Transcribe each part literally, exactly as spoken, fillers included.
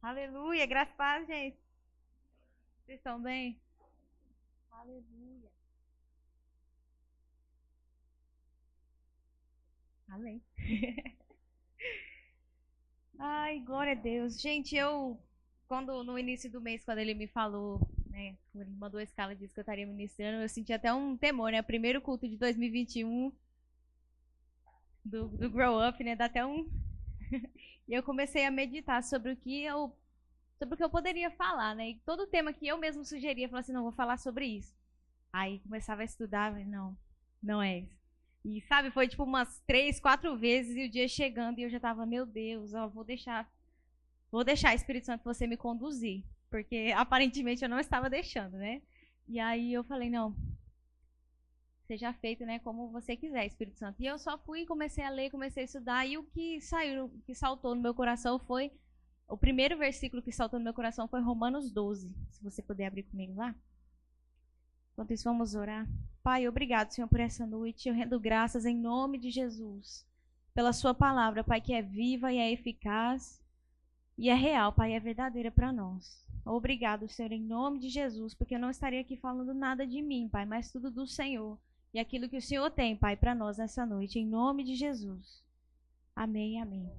Aleluia, graças a paz, gente. Vocês estão bem? Aleluia. Amém. Ai, glória a Deus. Gente, eu, quando no início do mês, quando ele me falou, né, quando ele mandou a escala, disse que eu estaria ministrando, eu senti até um temor, né? Primeiro culto de dois mil e vinte e um do, do Grow Up, né? Dá até um. E eu comecei a meditar sobre o que eu, sobre o que eu poderia falar, né? E todo o tema que eu mesmo sugeria, eu falava assim, não, vou falar sobre isso. Aí começava a estudar, mas não, não é isso. E sabe, foi tipo umas três, quatro vezes e o dia chegando e eu já tava, meu Deus, ó, vou deixar, vou deixar Espírito Santo você me conduzir, porque aparentemente eu não estava deixando, né? E aí eu falei, não, seja feito, né, como você quiser, Espírito Santo. E eu só fui, comecei a ler, comecei a estudar e o que saiu, o que saltou no meu coração foi, o primeiro versículo que saltou no meu coração foi Romanos doze. Se você puder abrir comigo lá. Enquanto isso, vamos orar. Pai, obrigado, Senhor, por essa noite. Eu rendo graças em nome de Jesus, pela sua palavra, Pai, que é viva e é eficaz e é real, Pai, é verdadeira para nós. Obrigado, Senhor, em nome de Jesus, porque eu não estaria aqui falando nada de mim, Pai, mas tudo do Senhor e aquilo que o Senhor tem, Pai, para nós nessa noite, em nome de Jesus. Amém, amém.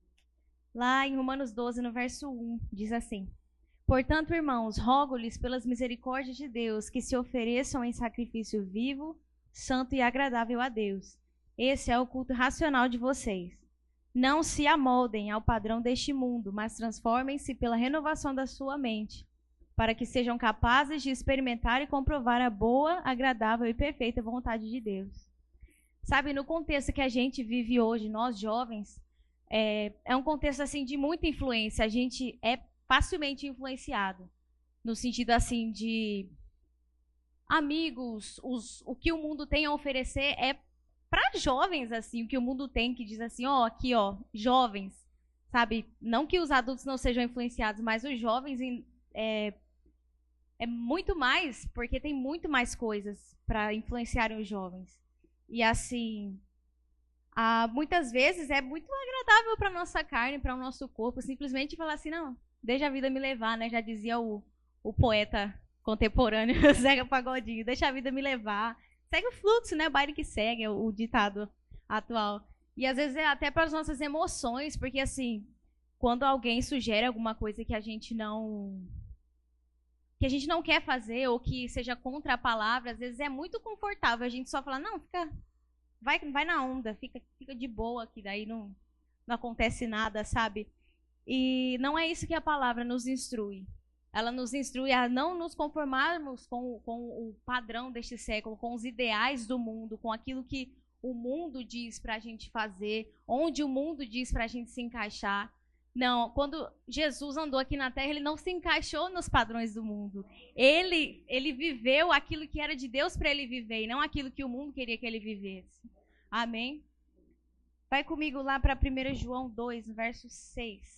Lá em Romanos doze, no verso um, diz assim: portanto, irmãos, rogo-lhes pelas misericórdias de Deus que se ofereçam em sacrifício vivo, santo e agradável a Deus. Esse é o culto racional de vocês. Não se amoldem ao padrão deste mundo, mas transformem-se pela renovação da sua mente, para que sejam capazes de experimentar e comprovar a boa, agradável e perfeita vontade de Deus. Sabe, no contexto que a gente vive hoje, nós jovens, é, é um contexto assim de muita influência. A gente é facilmente influenciado, no sentido assim de amigos, os, o que o mundo tem a oferecer é para jovens, assim, o que o mundo tem, que diz assim, ó, aqui, ó, jovens, sabe? Não que os adultos não sejam influenciados, mas os jovens é, é muito mais, porque tem muito mais coisas para influenciarem os jovens. E assim, ah, muitas vezes é muito agradável para nossa carne, para o nosso corpo, simplesmente falar assim, não, deixa a vida me levar, né? Já dizia o, o poeta contemporâneo, Zeca Pagodinho, deixa a vida me levar. Segue o fluxo, né? O baile que segue, o, o ditado atual. E às vezes é até para as nossas emoções, porque assim, quando alguém sugere alguma coisa que a gente não que a gente não quer fazer ou que seja contra a palavra, às vezes é muito confortável a gente só falar, não, fica, vai, vai na onda, fica, fica de boa, que daí não, não acontece nada, sabe? E não é isso que a palavra nos instrui. Ela nos instrui a não nos conformarmos com, com o padrão deste século, com os ideais do mundo, com aquilo que o mundo diz para a gente fazer, onde o mundo diz para a gente se encaixar. Não, quando Jesus andou aqui na Terra, ele não se encaixou nos padrões do mundo. Ele, ele viveu aquilo que era de Deus para ele viver, e não aquilo que o mundo queria que ele vivesse. Amém? Vai comigo lá para primeiro João dois, verso seis.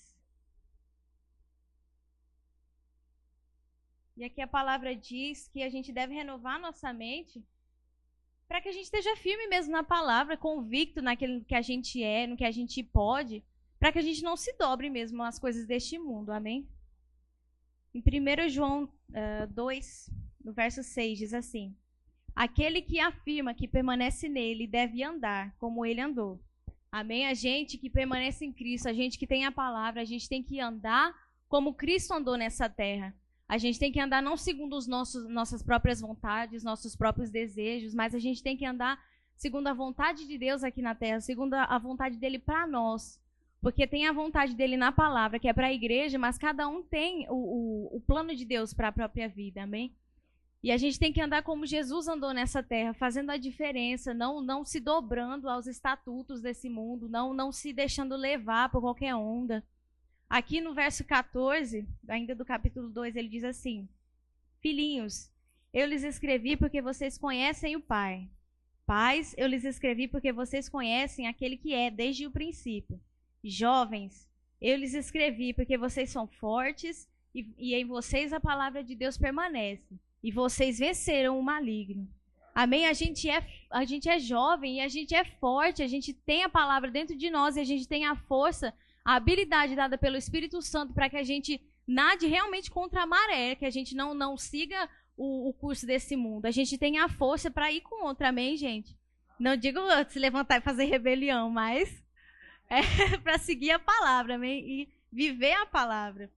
E aqui a palavra diz que a gente deve renovar nossa mente para que a gente esteja firme mesmo na palavra, convicto naquilo que a gente é, no que a gente pode, para que a gente não se dobre mesmo às coisas deste mundo, amém? Em primeiro João uh, dois, no verso seis, diz assim: aquele que afirma que permanece nele deve andar como ele andou. Amém? A gente que permanece em Cristo, a gente que tem a palavra, a gente tem que andar como Cristo andou nessa terra. A gente tem que andar não segundo os nossos, nossas próprias vontades, nossos próprios desejos, mas a gente tem que andar segundo a vontade de Deus aqui na terra, segundo a vontade dele para nós. Porque tem a vontade dele na palavra, que é para a igreja, mas cada um tem o, o, o plano de Deus para a própria vida, amém? E a gente tem que andar como Jesus andou nessa terra, fazendo a diferença, não, não se dobrando aos estatutos desse mundo, não, não se deixando levar por qualquer onda. Aqui no verso quatorze, ainda do capítulo dois, ele diz assim: filhinhos, eu lhes escrevi porque vocês conhecem o Pai. Pais, eu lhes escrevi porque vocês conhecem aquele que é desde o princípio. Jovens, eu lhes escrevi porque vocês são fortes e, e em vocês a palavra de Deus permanece. E vocês venceram o maligno. Amém? A gente, é, a gente é jovem e a gente é forte, a gente tem a palavra dentro de nós e a gente tem a força a habilidade dada pelo Espírito Santo para que a gente nade realmente contra a maré, que a gente não, não siga o, o curso desse mundo. A gente tem a força para ir contra, amém, gente? Não digo se levantar e fazer rebelião, mas é para seguir a palavra, amém? E viver a palavra.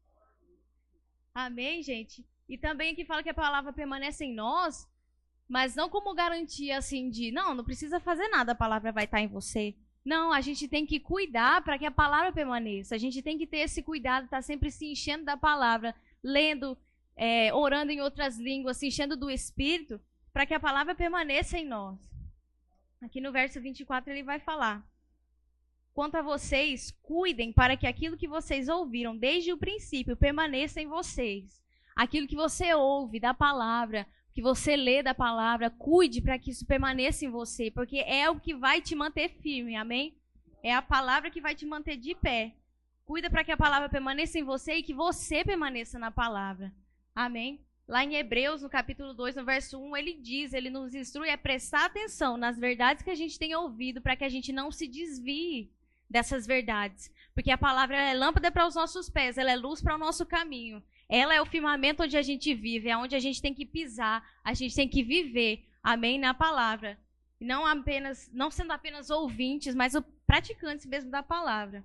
Amém, gente? E também aqui fala que a palavra permanece em nós, mas não como garantia assim de, não, não precisa fazer nada, a palavra vai estar em você. Não, a gente tem que cuidar para que a palavra permaneça. A gente tem que ter esse cuidado, estar sempre se enchendo da palavra, lendo, é, orando em outras línguas, se enchendo do Espírito, para que a palavra permaneça em nós. Aqui no verso vinte e quatro ele vai falar: quanto a vocês, cuidem para que aquilo que vocês ouviram desde o princípio permaneça em vocês. Aquilo que você ouve da palavra, que você lê da palavra, cuide para que isso permaneça em você, porque é o que vai te manter firme, amém? É a palavra que vai te manter de pé. Cuida para que a palavra permaneça em você e que você permaneça na palavra, amém? Lá em Hebreus, no capítulo dois, no verso um, ele diz, ele nos instrui a prestar atenção nas verdades que a gente tem ouvido, para que a gente não se desvie dessas verdades, porque a palavra é lâmpada para os nossos pés, ela é luz para o nosso caminho. Ela é o firmamento onde a gente vive, é onde a gente tem que pisar, a gente tem que viver, amém, na palavra. Não apenas, não sendo apenas ouvintes, mas praticantes mesmo da palavra.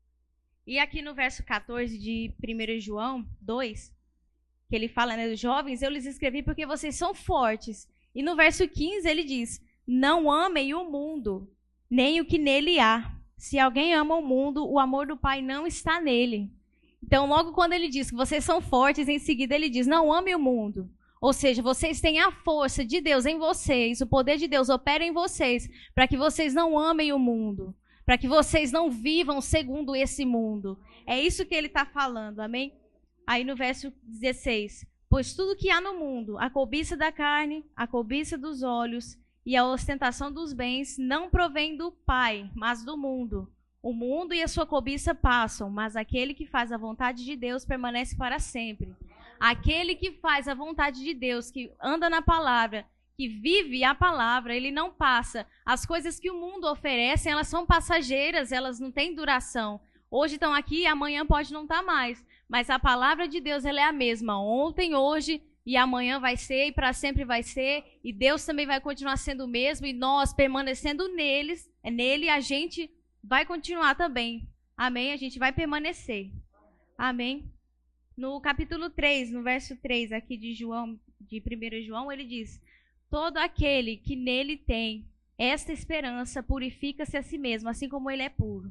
E aqui no verso quatorze de primeiro João dois, que ele fala, né, jovens, eu lhes escrevi porque vocês são fortes. E no verso quinze ele diz, não amem o mundo, nem o que nele há. Se alguém ama o mundo, o amor do Pai não está nele. Então, logo quando ele diz que vocês são fortes, em seguida ele diz, não ame o mundo. Ou seja, vocês têm a força de Deus em vocês, o poder de Deus opera em vocês, para que vocês não amem o mundo, para que vocês não vivam segundo esse mundo. É isso que ele está falando, amém? Aí no verso dezesseis, pois tudo que há no mundo, a cobiça da carne, a cobiça dos olhos e a ostentação dos bens, não provém do Pai, mas do mundo. O mundo e a sua cobiça passam, mas aquele que faz a vontade de Deus permanece para sempre. Aquele que faz a vontade de Deus, que anda na palavra, que vive a palavra, ele não passa. As coisas que o mundo oferece, elas são passageiras, elas não têm duração. Hoje estão aqui, amanhã pode não estar mais. Mas a palavra de Deus, ela é a mesma. Ontem, hoje e amanhã vai ser, e para sempre vai ser. E Deus também vai continuar sendo o mesmo. E nós, permanecendo neles, nele, a gente vai continuar também. Amém? A gente vai permanecer. Amém? No capítulo três, no verso três aqui de João, de primeiro João, ele diz, todo aquele que nele tem esta esperança purifica-se a si mesmo, assim como ele é puro.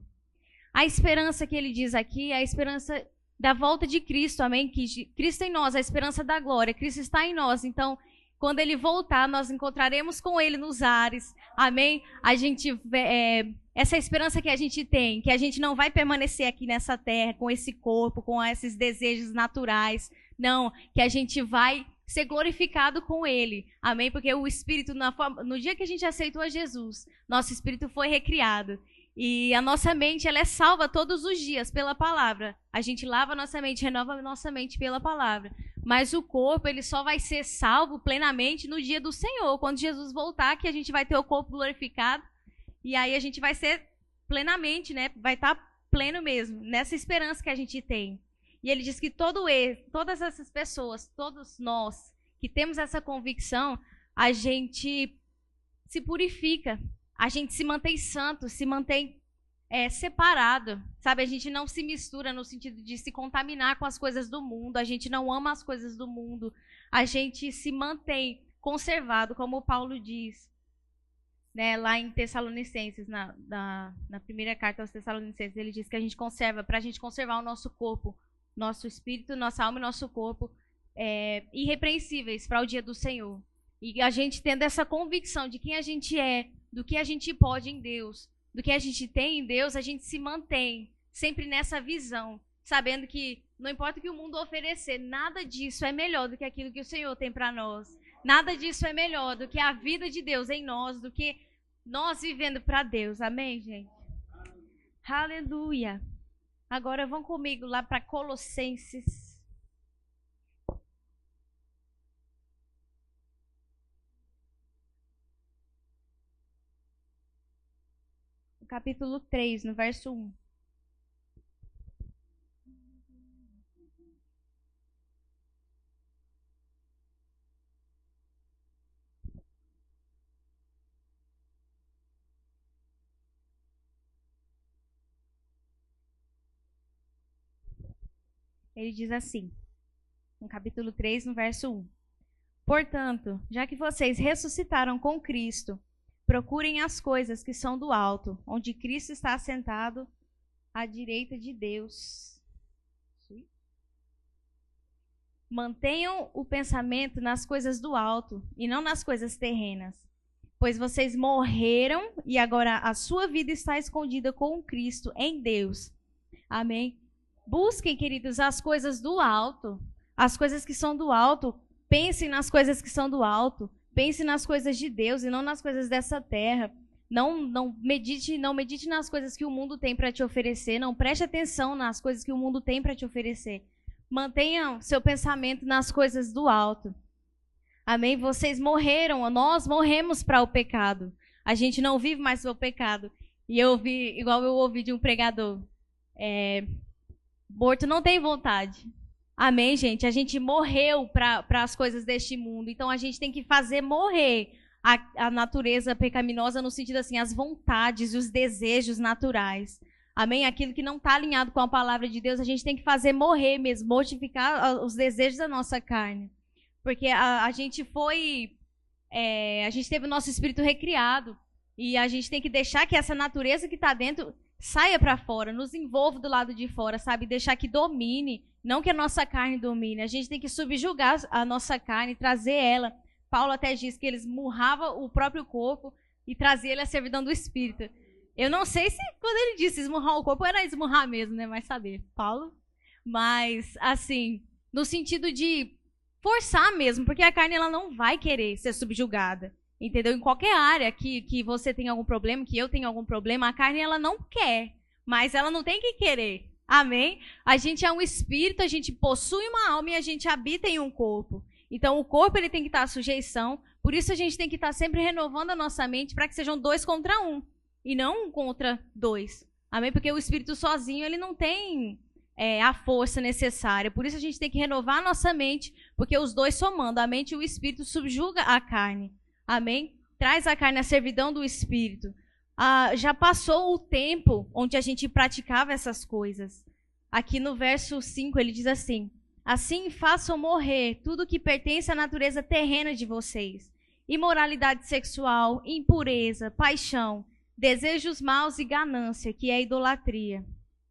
A esperança que ele diz aqui é a esperança da volta de Cristo, amém? Que Cristo em nós, a esperança da glória, Cristo está em nós, então quando ele voltar, nós encontraremos com ele nos ares, amém? A gente, é, essa esperança que a gente tem, que a gente não vai permanecer aqui nessa terra com esse corpo, com esses desejos naturais, não, que a gente vai ser glorificado com ele, amém? Porque o Espírito, na forma, no dia que a gente aceitou a Jesus, nosso Espírito foi recriado. E a nossa mente, ela é salva todos os dias pela palavra. A gente lava a nossa mente, renova a nossa mente pela palavra. Mas o corpo, ele só vai ser salvo plenamente no dia do Senhor, quando Jesus voltar, que a gente vai ter o corpo glorificado. E aí a gente vai ser plenamente, né? Vai estar pleno mesmo, nessa esperança que a gente tem. E ele diz que todo ele, todas essas pessoas, todos nós que temos essa convicção, a gente se purifica. A gente se mantém santo, se mantém é, separado, sabe? A gente não se mistura no sentido de se contaminar com as coisas do mundo, a gente não ama as coisas do mundo, a gente se mantém conservado, como Paulo diz, né, lá em Tessalonicenses, na, na, na primeira carta aos Tessalonicenses, ele diz que a gente conserva, para a gente conservar o nosso corpo, nosso espírito, nossa alma e nosso corpo é, irrepreensíveis para o dia do Senhor. E a gente tendo essa convicção de quem a gente é, do que a gente pode em Deus, do que a gente tem em Deus, a gente se mantém sempre nessa visão, sabendo que não importa o que o mundo oferecer, nada disso é melhor do que aquilo que o Senhor tem para nós. Nada disso é melhor do que a vida de Deus em nós, do que nós vivendo para Deus. Amém, gente? Aleluia. Agora vão comigo lá para Colossenses. Capítulo três, no verso um. Ele diz assim, no capítulo três, no verso um. Portanto, já que vocês ressuscitaram com Cristo, procurem as coisas que são do alto, onde Cristo está assentado à direita de Deus. Mantenham o pensamento nas coisas do alto e não nas coisas terrenas, pois vocês morreram e agora a sua vida está escondida com Cristo em Deus. Amém? Busquem, queridos, as coisas do alto, as coisas que são do alto. Pensem nas coisas que são do alto. Pense nas coisas de Deus e não nas coisas dessa terra. Não, não medite, não medite nas coisas que o mundo tem para te oferecer. Não preste atenção nas coisas que o mundo tem para te oferecer. Mantenha seu pensamento nas coisas do alto. Amém? Vocês morreram, nós morremos para o pecado. A gente não vive mais para o pecado. E eu ouvi, igual eu ouvi de um pregador, é, morto não tem vontade. Amém, gente? A gente morreu para as coisas deste mundo. Então, a gente tem que fazer morrer a, a natureza pecaminosa no sentido assim, as vontades e os desejos naturais. Amém? Aquilo que não está alinhado com a palavra de Deus, a gente tem que fazer morrer mesmo, mortificar os desejos da nossa carne. Porque a, a gente foi... É, a gente teve o nosso espírito recriado. E a gente tem que deixar que essa natureza que está dentro saia para fora, nos envolva do lado de fora, sabe? Deixar que domine, não que a nossa carne domine. A gente tem que subjugar a nossa carne, trazer ela. Paulo até diz que eles murravam o próprio corpo e trazia ele à servidão do Espírito. Eu não sei se quando ele disse esmurrar o corpo era esmurrar mesmo, né? Vai saber, Paulo. Mas, assim, no sentido de forçar mesmo, porque a carne ela não vai querer ser subjugada. Entendeu? Em qualquer área que, que você tem algum problema, que eu tenho algum problema, a carne ela não quer, mas ela não tem que querer. Amém? A gente é um espírito, a gente possui uma alma e a gente habita em um corpo. Então o corpo ele tem que estar à sujeição, por isso a gente tem que estar sempre renovando a nossa mente para que sejam dois contra um, e não um contra dois. Amém? Porque o espírito sozinho ele não tem é, a força necessária, por isso a gente tem que renovar a nossa mente, porque os dois somando, a mente e o espírito subjuga a carne. Amém? Traz a carne à servidão do Espírito. Ah, já passou o tempo onde a gente praticava essas coisas. Aqui no verso cinco ele diz assim: assim façam morrer tudo que pertence à natureza terrena de vocês. Imoralidade sexual, impureza, paixão, desejos maus e ganância, que é idolatria.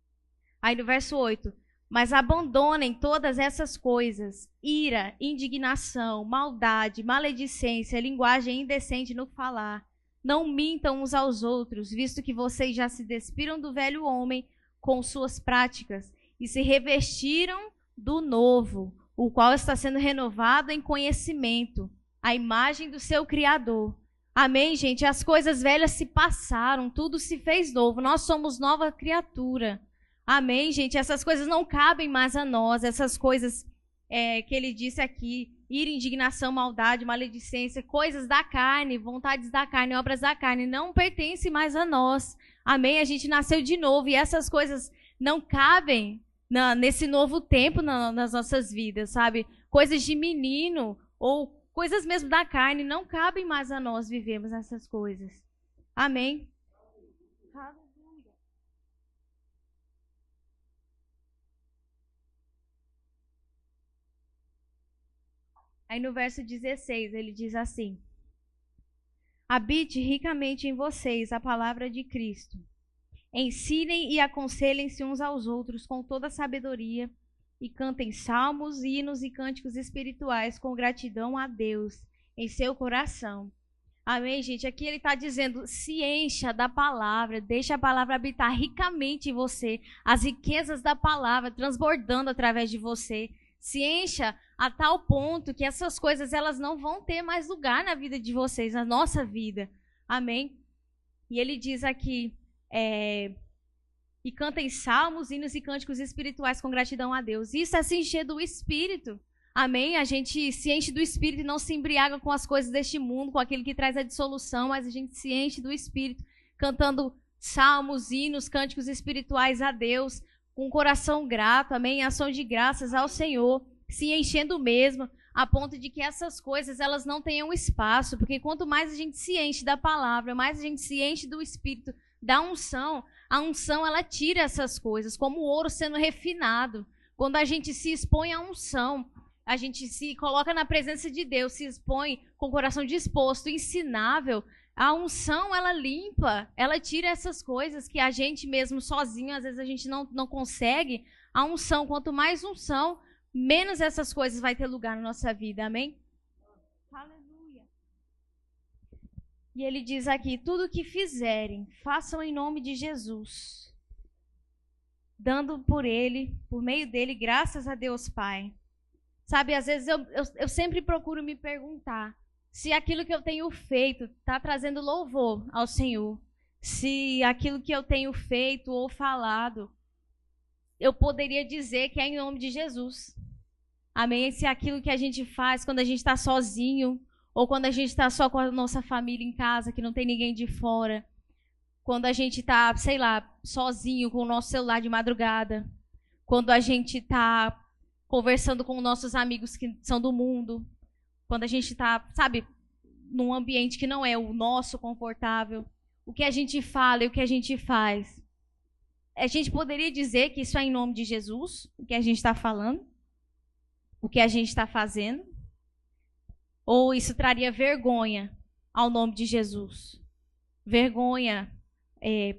Aí no verso oito: mas abandonem todas essas coisas, ira, indignação, maldade, maledicência, linguagem indecente no falar. Não mintam uns aos outros, visto que vocês já se despiram do velho homem com suas práticas e se revestiram do novo, o qual está sendo renovado em conhecimento, a imagem do seu Criador. Amém, gente? As coisas velhas se passaram, tudo se fez novo, nós somos nova criatura. Amém, gente? Essas coisas não cabem mais a nós, essas coisas é, que ele disse aqui, ira, indignação, maldade, maledicência, coisas da carne, vontades da carne, obras da carne, não pertencem mais a nós. Amém? A gente nasceu de novo e essas coisas não cabem na, nesse novo tempo na, nas nossas vidas, sabe? Coisas de menino ou coisas mesmo da carne, não cabem mais a nós vivermos essas coisas. Amém? Aí no verso dezesseis ele diz assim: habite ricamente em vocês a palavra de Cristo. Ensinem e aconselhem-se uns aos outros com toda sabedoria e cantem salmos, hinos e cânticos espirituais com gratidão a Deus em seu coração. Amém, gente? Aqui ele está dizendo, se encha da palavra, deixa a palavra habitar ricamente em você, as riquezas da palavra transbordando através de você. Se encha a tal ponto que essas coisas elas não vão ter mais lugar na vida de vocês, na nossa vida. Amém? E ele diz aqui, é, e cantem salmos, hinos e cânticos espirituais com gratidão a Deus. Isso é se encher do Espírito. Amém? A gente se enche do Espírito e não se embriaga com as coisas deste mundo, com aquilo que traz a dissolução, mas a gente se enche do Espírito, cantando salmos, hinos, cânticos espirituais a Deus, com o coração grato, amém, em ação de graças ao Senhor, se enchendo mesmo, a ponto de que essas coisas elas não tenham espaço, porque quanto mais a gente se enche da palavra, mais a gente se enche do Espírito, da unção, a unção ela tira essas coisas, como o ouro sendo refinado. Quando a gente se expõe à unção, a gente se coloca na presença de Deus, se expõe com o coração disposto, ensinável, a unção, ela limpa, ela tira essas coisas que a gente mesmo sozinho, às vezes a gente não, não consegue. A unção, quanto mais unção, menos essas coisas vai ter lugar na nossa vida, amém? Aleluia. E ele diz aqui, tudo o que fizerem, façam em nome de Jesus, dando por ele, por meio dele, graças a Deus Pai. Sabe, às vezes eu, eu, eu sempre procuro me perguntar se aquilo que eu tenho feito está trazendo louvor ao Senhor. Se aquilo que eu tenho feito ou falado, eu poderia dizer que é em nome de Jesus. Amém? Se aquilo que a gente faz quando a gente está sozinho, ou quando a gente está só com a nossa família em casa, que não tem ninguém de fora. Quando a gente está, sei lá, sozinho com o nosso celular de madrugada. Quando a gente está conversando com nossos amigos que são do mundo. Quando a gente está, sabe, num ambiente que não é o nosso confortável. O que a gente fala e o que a gente faz. A gente poderia dizer que isso é em nome de Jesus, o que a gente está falando, o que a gente está fazendo. Ou isso traria vergonha ao nome de Jesus. Vergonha é,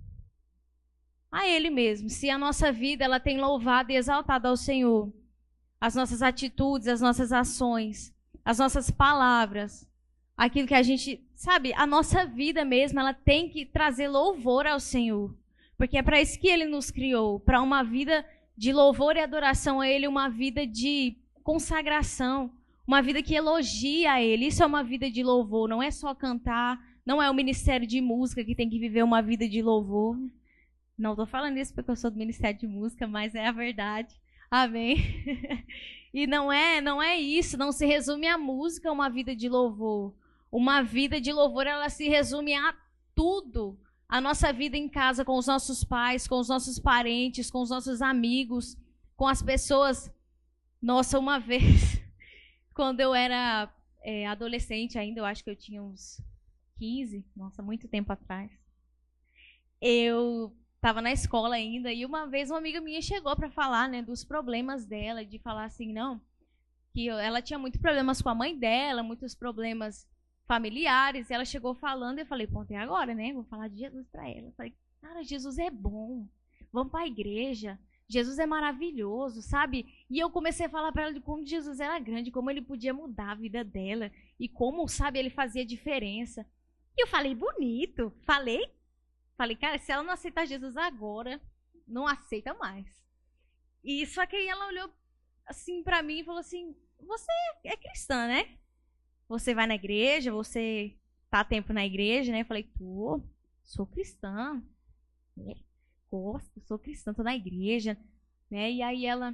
a Ele mesmo. Se a nossa vida ela tem louvado e exaltado ao Senhor, as nossas atitudes, as nossas ações, as nossas palavras, aquilo que a gente, sabe, a nossa vida mesmo, ela tem que trazer louvor ao Senhor. Porque é para isso que Ele nos criou, para uma vida de louvor e adoração a Ele, uma vida de consagração, uma vida que elogia a Ele. Isso é uma vida de louvor, não é só cantar, não é o ministério de música que tem que viver uma vida de louvor. Não estou falando isso porque eu sou do ministério de música, mas é a verdade. Amém? E não é, não é isso, não se resume a música uma vida de louvor. Uma vida de louvor, ela se resume a tudo. A nossa vida em casa com os nossos pais, com os nossos parentes, com os nossos amigos, com as pessoas. Nossa, uma vez, quando eu era é, adolescente ainda, eu acho que eu tinha uns quinze, nossa, muito tempo atrás. Eu estava na escola ainda e uma vez uma amiga minha chegou para falar, né, dos problemas dela, de falar assim, não, que ela tinha muitos problemas com a mãe dela, muitos problemas familiares, e ela chegou falando e eu falei, ponto, é agora, né, vou falar de Jesus para ela. Eu falei, cara, Jesus é bom, vamos para a igreja, Jesus é maravilhoso, sabe? E eu comecei a falar para ela de como Jesus era grande, como ele podia mudar a vida dela e como, sabe, ele fazia diferença. E eu falei, bonito, falei, falei, cara, se ela não aceitar Jesus agora, não aceita mais. E só que aí ela olhou assim para mim e falou assim, você é cristã, né? Você vai na igreja, você tá tempo na igreja, né? Eu falei, tô, sou cristã, né? Gosto, sou cristã, tô na igreja, né? E aí ela,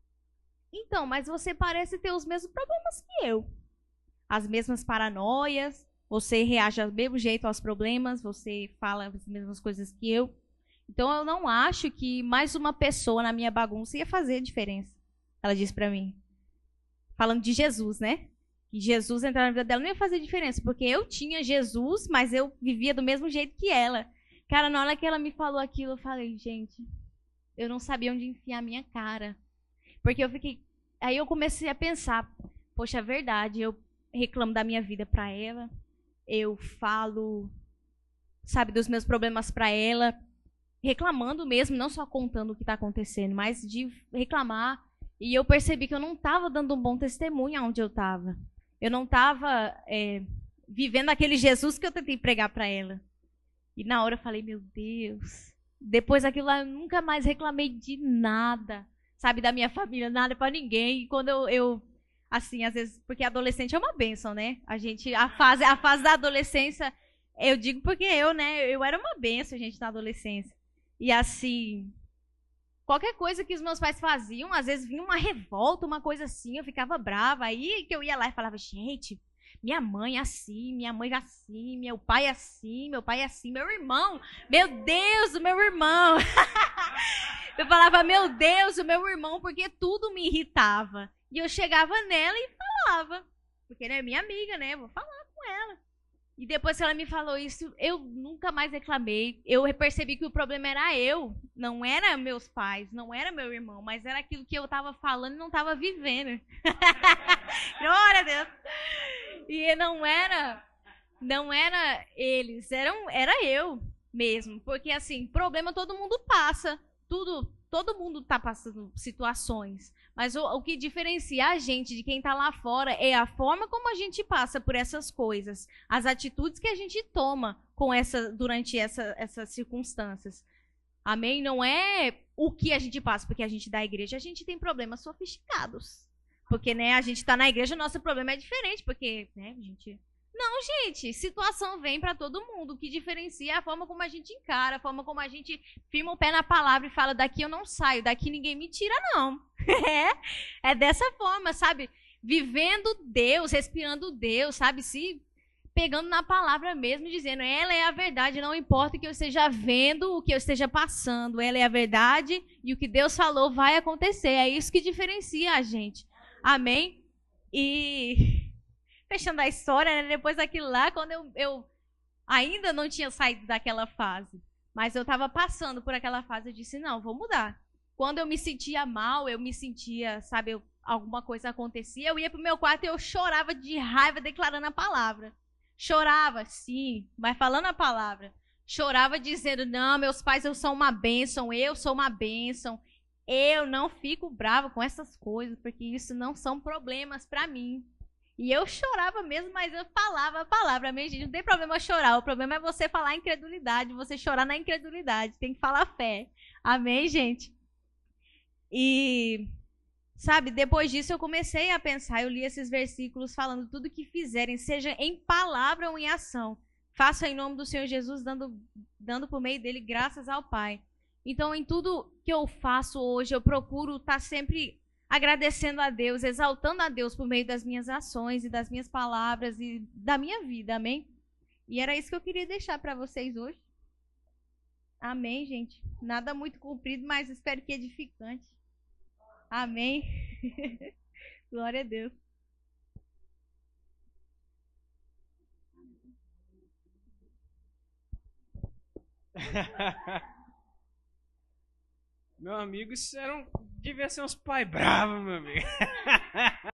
então, mas você parece ter os mesmos problemas que eu. As mesmas paranoias, você reage do mesmo jeito aos problemas, você fala as mesmas coisas que eu. Então eu não acho que mais uma pessoa na minha bagunça ia fazer diferença. Ela disse pra mim, falando de Jesus, né? Que Jesus entrar na vida dela não ia fazer diferença, porque eu tinha Jesus, mas eu vivia do mesmo jeito que ela. Cara, na hora que ela me falou aquilo, eu falei, gente, eu não sabia onde enfiar a minha cara. Porque eu fiquei... Aí eu comecei a pensar, poxa, é verdade, eu reclamo da minha vida pra ela, eu falo, sabe, dos meus problemas pra ela, reclamando mesmo, não só contando o que tá acontecendo, mas de reclamar. E eu percebi que eu não estava dando um bom testemunho onde eu estava. Eu não estava é, vivendo aquele Jesus que eu tentei pregar para ela. E na hora eu falei, meu Deus. Depois daquilo lá, eu nunca mais reclamei de nada. Sabe, da minha família, nada para ninguém. E quando eu, eu, assim, às vezes, porque adolescente é uma bênção, né? A gente, a fase, a fase da adolescência, eu digo porque eu, né? Eu era uma bênção, gente, na adolescência. E assim... Qualquer coisa que os meus pais faziam, às vezes vinha uma revolta, uma coisa assim, eu ficava brava. Aí que eu ia lá e falava, gente, minha mãe é assim, minha mãe é assim, meu pai é assim, meu pai é assim, meu irmão, meu Deus, o meu irmão. Eu falava, meu Deus, o meu irmão, porque tudo me irritava. E eu chegava nela e falava. Porque ela é minha amiga, né? Vou falar com ela. E depois que ela me falou isso, eu nunca mais reclamei. Eu percebi que o problema era eu. Não era meus pais, não era meu irmão. Mas era aquilo que eu tava falando e não tava vivendo. Glória a Deus. E não era... Não era eles, eram, era eu mesmo. Porque, assim, problema todo mundo passa. Tudo, todo mundo tá passando situações. Mas o, o que diferencia a gente de quem tá lá fora é a forma como a gente passa por essas coisas. As atitudes que a gente toma com essa, durante essa, essas circunstâncias. Amém? Não é o que a gente passa. Porque a gente da igreja, a gente tem problemas sofisticados. Porque, né, a gente tá na igreja, o nosso problema é diferente. Porque, né, a gente... Não, gente, situação vem para todo mundo. O que diferencia é a forma como a gente encara, a forma como a gente firma o pé na palavra e fala, daqui eu não saio, daqui ninguém me tira, não. É, é dessa forma, sabe? Vivendo Deus, respirando Deus, sabe? Se pegando na palavra mesmo, dizendo, ela é a verdade, não importa o que eu esteja vendo, o que eu esteja passando, ela é a verdade e o que Deus falou vai acontecer. É isso que diferencia a gente. Amém? E... Fechando a história, né? Depois daquilo lá, quando eu, eu ainda não tinha saído daquela fase, mas eu estava passando por aquela fase, eu disse, não, vou mudar. Quando eu me sentia mal, eu me sentia, sabe, eu, alguma coisa acontecia, eu ia pro meu quarto e eu chorava de raiva declarando a palavra. Chorava, sim, mas falando a palavra. Chorava dizendo, não, meus pais eu sou uma bênção, eu sou uma bênção. Eu não fico brava com essas coisas, porque isso não são problemas para mim. E eu chorava mesmo, mas eu falava a palavra. Amém, gente? Não tem problema chorar. O problema é você falar a incredulidade, você chorar na incredulidade. Tem que falar fé. Amém, gente? E, sabe, depois disso eu comecei a pensar. Eu li esses versículos falando tudo que fizerem, seja em palavra ou em ação. Faça em nome do Senhor Jesus, dando, dando por meio dele graças ao Pai. Então, em tudo que eu faço hoje, eu procuro estar sempre... agradecendo a Deus, exaltando a Deus por meio das minhas ações e das minhas palavras e da minha vida, amém? E era isso que eu queria deixar para vocês hoje. Amém, gente? Nada muito comprido, mas espero que edificante. Amém? Glória a Deus. Meu amigo, isso era um... devia ser uns pais bravos, meu amigo.